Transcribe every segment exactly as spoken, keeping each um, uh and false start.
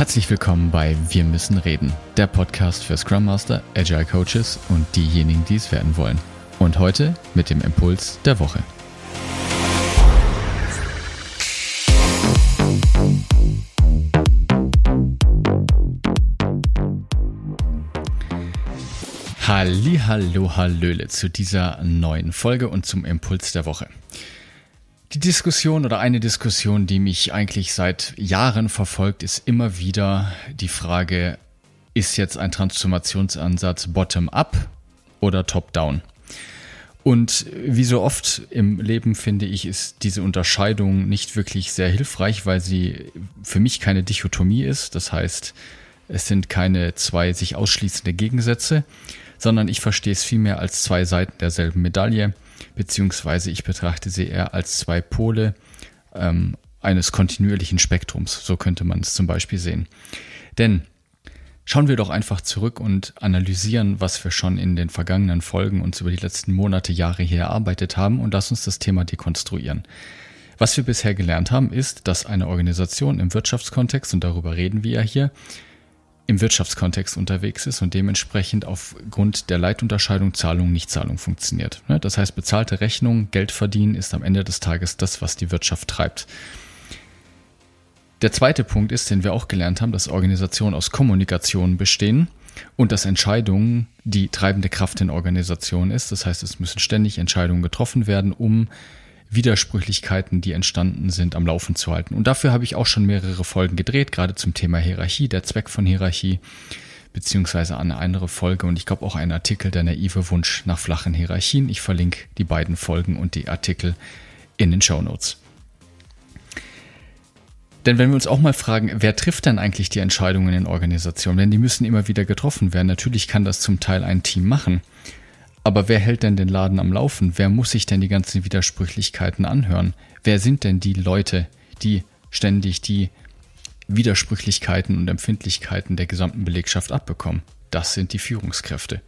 Herzlich willkommen bei Wir müssen reden, der Podcast für Scrum Master, Agile Coaches und diejenigen, die es werden wollen. Und heute mit dem Impuls der Woche. Halli, hallo, hallöle zu dieser neuen Folge und zum Impuls der Woche. Die Diskussion oder eine Diskussion, die mich eigentlich seit Jahren verfolgt, ist immer wieder die Frage, ist jetzt ein Transformationsansatz bottom-up oder top-down? Und wie so oft im Leben, finde ich, ist diese Unterscheidung nicht wirklich sehr hilfreich, weil sie für mich keine Dichotomie ist. Das heißt, es sind keine zwei sich ausschließende Gegensätze, sondern ich verstehe es vielmehr als zwei Seiten derselben Medaille, beziehungsweise ich betrachte sie eher als zwei Pole ähm, eines kontinuierlichen Spektrums. So könnte man es zum Beispiel sehen. Denn schauen wir doch einfach zurück und analysieren, was wir schon in den vergangenen Folgen uns über die letzten Monate, Jahre hier erarbeitet haben und lass uns das Thema dekonstruieren. Was wir bisher gelernt haben, ist, dass eine Organisation im Wirtschaftskontext, und darüber reden wir ja hier, im Wirtschaftskontext unterwegs ist und dementsprechend aufgrund der Leitunterscheidung Zahlung-Nichtzahlung funktioniert. Das heißt, bezahlte Rechnung, Geld verdienen ist am Ende des Tages das, was die Wirtschaft treibt. Der zweite Punkt ist, den wir auch gelernt haben, dass Organisationen aus Kommunikation bestehen und dass Entscheidungen die treibende Kraft in Organisationen ist. Das heißt, es müssen ständig Entscheidungen getroffen werden, um Widersprüchlichkeiten, die entstanden sind, am Laufen zu halten. Und dafür habe ich auch schon mehrere Folgen gedreht, gerade zum Thema Hierarchie, der Zweck von Hierarchie, beziehungsweise eine andere Folge und ich glaube auch einen Artikel, der naive Wunsch nach flachen Hierarchien. Ich verlinke die beiden Folgen und die Artikel in den Shownotes. Denn wenn wir uns auch mal fragen, wer trifft denn eigentlich die Entscheidungen in Organisationen? Denn die müssen immer wieder getroffen werden. Natürlich kann das zum Teil ein Team machen. Aber wer hält denn den Laden am Laufen? Wer muss sich denn die ganzen Widersprüchlichkeiten anhören? Wer sind denn die Leute, die ständig die Widersprüchlichkeiten und Empfindlichkeiten der gesamten Belegschaft abbekommen? Das sind die Führungskräfte.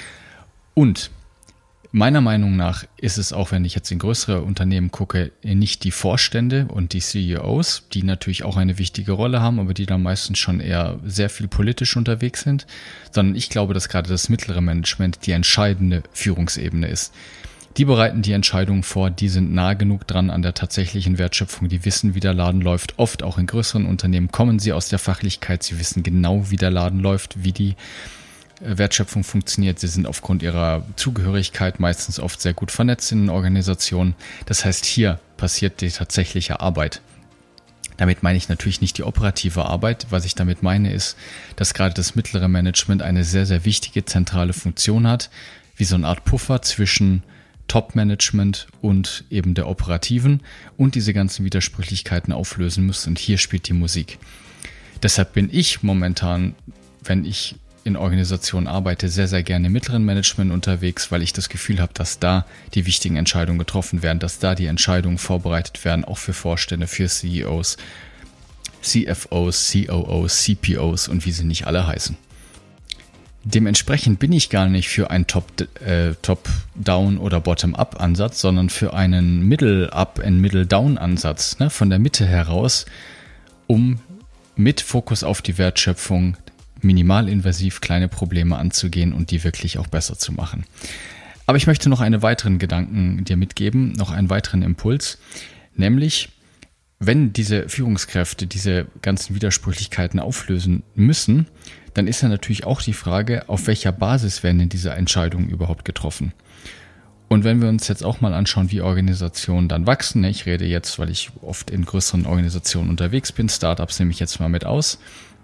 Und meiner Meinung nach ist es auch, wenn ich jetzt in größere Unternehmen gucke, nicht die Vorstände und die C E Os, die natürlich auch eine wichtige Rolle haben, aber die da meistens schon eher sehr viel politisch unterwegs sind, sondern ich glaube, dass gerade das mittlere Management die entscheidende Führungsebene ist. Die bereiten die Entscheidungen vor, die sind nah genug dran an der tatsächlichen Wertschöpfung, die wissen, wie der Laden läuft. Oft auch in größeren Unternehmen kommen sie aus der Fachlichkeit, sie wissen genau, wie der Laden läuft, wie die Wertschöpfung funktioniert. Sie sind aufgrund ihrer Zugehörigkeit meistens oft sehr gut vernetzt in den Organisationen. Das heißt, hier passiert die tatsächliche Arbeit. Damit meine ich natürlich nicht die operative Arbeit. Was ich damit meine ist, dass gerade das mittlere Management eine sehr, sehr wichtige zentrale Funktion hat, wie so eine Art Puffer zwischen Top-Management und eben der operativen und diese ganzen Widersprüchlichkeiten auflösen muss. Und hier spielt die Musik. Deshalb bin ich momentan, wenn ich in Organisationen arbeite, sehr, sehr gerne im mittleren Management unterwegs, weil ich das Gefühl habe, dass da die wichtigen Entscheidungen getroffen werden, dass da die Entscheidungen vorbereitet werden, auch für Vorstände, für C E Os, C F Os, C O Os, C P Os und wie sie nicht alle heißen. Dementsprechend bin ich gar nicht für einen Top, äh, Top-Down- oder Bottom-Up-Ansatz, sondern für einen Middle-Up- und Middle-Down-Ansatz, ne, von der Mitte heraus, um mit Fokus auf die Wertschöpfung minimalinvasiv kleine Probleme anzugehen und die wirklich auch besser zu machen. Aber ich möchte noch einen weiteren Gedanken dir mitgeben, noch einen weiteren Impuls, nämlich wenn diese Führungskräfte diese ganzen Widersprüchlichkeiten auflösen müssen, dann ist ja natürlich auch die Frage, auf welcher Basis werden denn diese Entscheidungen überhaupt getroffen? Und wenn wir uns jetzt auch mal anschauen, wie Organisationen dann wachsen, ich rede jetzt, weil ich oft in größeren Organisationen unterwegs bin, Startups nehme ich jetzt mal mit aus,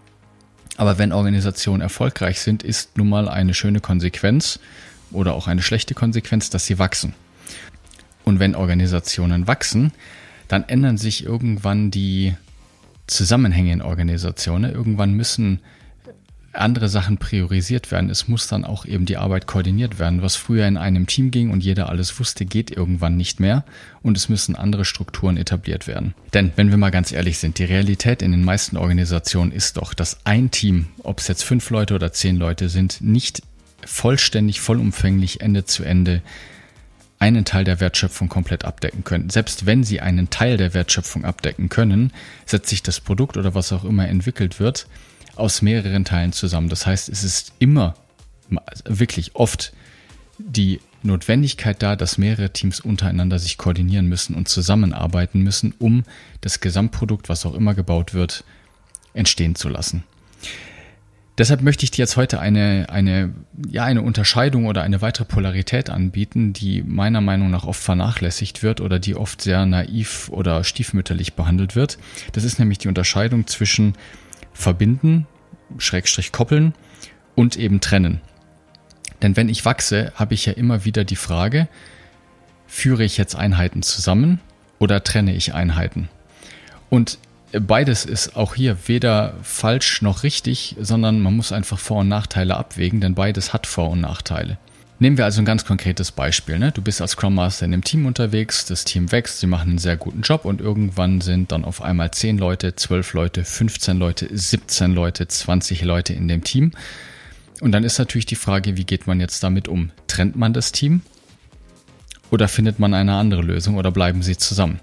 aber wenn Organisationen erfolgreich sind, ist nun mal eine schöne Konsequenz oder auch eine schlechte Konsequenz, dass sie wachsen. Und wenn Organisationen wachsen, dann ändern sich irgendwann die Zusammenhänge in Organisationen. Irgendwann müssen andere Sachen priorisiert werden. Es muss dann auch eben die Arbeit koordiniert werden. Was früher in einem Team ging und jeder alles wusste, geht irgendwann nicht mehr und es müssen andere Strukturen etabliert werden. Denn wenn wir mal ganz ehrlich sind, die Realität in den meisten Organisationen ist doch, dass ein Team, ob es jetzt fünf Leute oder zehn Leute sind, nicht vollständig, vollumfänglich Ende zu Ende einen Teil der Wertschöpfung komplett abdecken können. Selbst wenn sie einen Teil der Wertschöpfung abdecken können, setzt sich das Produkt oder was auch immer entwickelt wird, aus mehreren Teilen zusammen. Das heißt, es ist immer, wirklich oft die Notwendigkeit da, dass mehrere Teams untereinander sich koordinieren müssen und zusammenarbeiten müssen, um das Gesamtprodukt, was auch immer gebaut wird, entstehen zu lassen. Deshalb möchte ich dir jetzt heute eine, eine, ja, eine Unterscheidung oder eine weitere Polarität anbieten, die meiner Meinung nach oft vernachlässigt wird oder die oft sehr naiv oder stiefmütterlich behandelt wird. Das ist nämlich die Unterscheidung zwischen verbinden, Schrägstrich koppeln und eben trennen. Denn wenn ich wachse, habe ich ja immer wieder die Frage, führe ich jetzt Einheiten zusammen oder trenne ich Einheiten? Und beides ist auch hier weder falsch noch richtig, sondern man muss einfach Vor- und Nachteile abwägen, denn beides hat Vor- und Nachteile. Nehmen wir also ein ganz konkretes Beispiel. Ne? Du bist als Scrum Master in einem Team unterwegs, das Team wächst, sie machen einen sehr guten Job und irgendwann sind dann auf einmal zehn Leute, zwölf Leute, fünfzehn Leute, siebzehn Leute, zwanzig Leute in dem Team. Und dann ist natürlich die Frage, wie geht man jetzt damit um? Trennt man das Team oder findet man eine andere Lösung oder bleiben sie zusammen?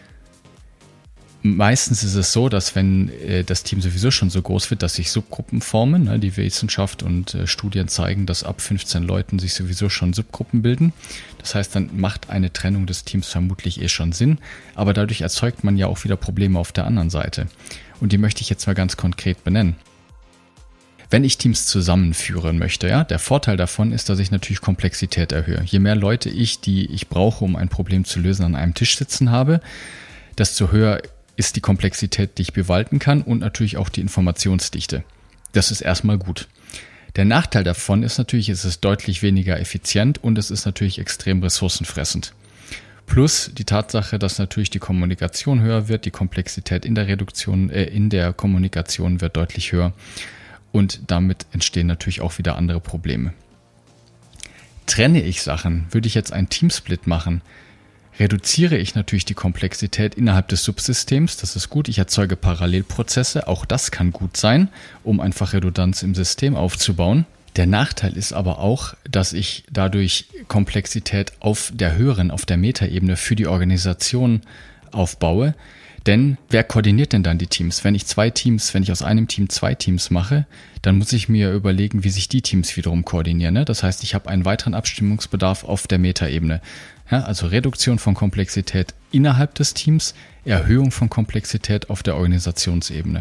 Meistens ist es so, dass wenn äh, das Team sowieso schon so groß wird, dass sich Subgruppen formen. Ne? Die Wissenschaft und äh, Studien zeigen, dass ab fünfzehn Leuten sich sowieso schon Subgruppen bilden. Das heißt, dann macht eine Trennung des Teams vermutlich eh schon Sinn. Aber dadurch erzeugt man ja auch wieder Probleme auf der anderen Seite. Und die möchte ich jetzt mal ganz konkret benennen. Wenn ich Teams zusammenführen möchte, ja, der Vorteil davon ist, dass ich natürlich Komplexität erhöhe. Je mehr Leute ich, die ich brauche, um ein Problem zu lösen, an einem Tisch sitzen habe, desto höher ist die Komplexität, die ich bewalten kann und natürlich auch die Informationsdichte. Das ist erstmal gut. Der Nachteil davon ist natürlich, es ist deutlich weniger effizient und es ist natürlich extrem ressourcenfressend. Plus die Tatsache, dass natürlich die Kommunikation höher wird, die Komplexität in der Reduktion, äh, in der Kommunikation wird deutlich höher und damit entstehen natürlich auch wieder andere Probleme. Trenne ich Sachen, würde ich jetzt einen Teamsplit machen, reduziere ich natürlich die Komplexität innerhalb des Subsystems. Das ist gut. Ich erzeuge Parallelprozesse. Auch das kann gut sein, um einfach Redundanz im System aufzubauen. Der Nachteil ist aber auch, dass ich dadurch Komplexität auf der höheren, auf der Metaebene für die Organisation aufbaue. Denn wer koordiniert denn dann die Teams? Wenn ich zwei Teams, wenn ich aus einem Team zwei Teams mache, dann muss ich mir überlegen, wie sich die Teams wiederum koordinieren. Ne? Das heißt, ich habe einen weiteren Abstimmungsbedarf auf der Metaebene. Ja, also Reduktion von Komplexität innerhalb des Teams, Erhöhung von Komplexität auf der Organisationsebene.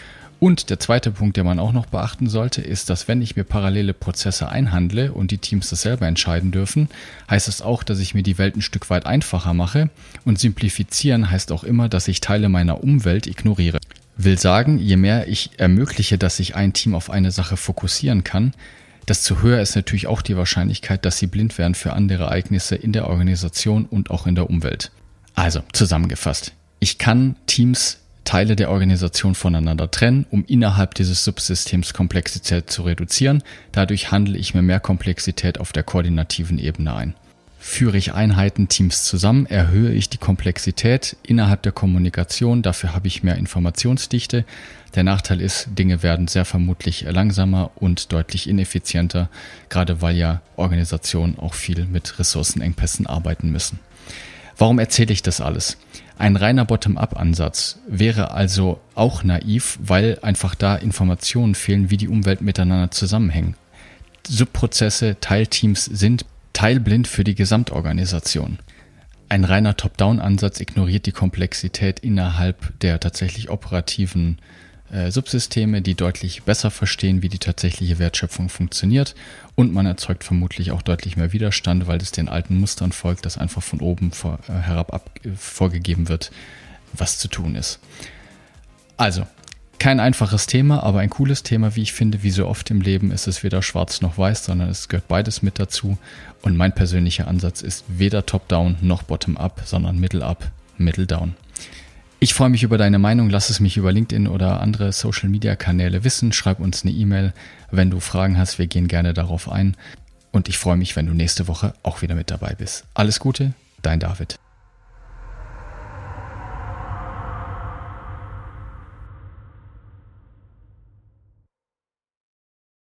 Und der zweite Punkt, den man auch noch beachten sollte, ist, dass wenn ich mir parallele Prozesse einhandle und die Teams das selber entscheiden dürfen, heißt es auch, dass ich mir die Welt ein Stück weit einfacher mache. Und simplifizieren heißt auch immer, dass ich Teile meiner Umwelt ignoriere. Will sagen, je mehr ich ermögliche, dass sich ein Team auf eine Sache fokussieren kann, desto höher ist natürlich auch die Wahrscheinlichkeit, dass sie blind werden für andere Ereignisse in der Organisation und auch in der Umwelt. Also, zusammengefasst. Ich kann Teams, Teile der Organisation voneinander trennen, um innerhalb dieses Subsystems Komplexität zu reduzieren. Dadurch handle ich mir mehr Komplexität auf der koordinativen Ebene ein. Führe ich Einheiten, Teams zusammen, erhöhe ich die Komplexität innerhalb der Kommunikation. Dafür habe ich mehr Informationsdichte. Der Nachteil ist, Dinge werden sehr vermutlich langsamer und deutlich ineffizienter, gerade weil ja Organisationen auch viel mit Ressourcenengpässen arbeiten müssen. Warum erzähle ich das alles? Ein reiner Bottom-up-Ansatz wäre also auch naiv, weil einfach da Informationen fehlen, wie die Umwelt miteinander zusammenhängen. Subprozesse, Teilteams sind teilblind für die Gesamtorganisation. Ein reiner Top-Down-Ansatz ignoriert die Komplexität innerhalb der tatsächlich operativen äh, Subsysteme, die deutlich besser verstehen, wie die tatsächliche Wertschöpfung funktioniert, und man erzeugt vermutlich auch deutlich mehr Widerstand, weil es den alten Mustern folgt, dass einfach von oben vor, äh, herab ab, äh, vorgegeben wird, was zu tun ist. Also, kein einfaches Thema, aber ein cooles Thema, wie ich finde. Wie so oft im Leben ist es weder schwarz noch weiß, sondern es gehört beides mit dazu. Und mein persönlicher Ansatz ist weder Top-Down noch Bottom-Up, sondern Middle-Up, Middle-Down. Ich freue mich über deine Meinung. Lass es mich über LinkedIn oder andere Social-Media-Kanäle wissen. Schreib uns eine E-Mail, wenn du Fragen hast. Wir gehen gerne darauf ein. Und ich freue mich, wenn du nächste Woche auch wieder mit dabei bist. Alles Gute, dein David.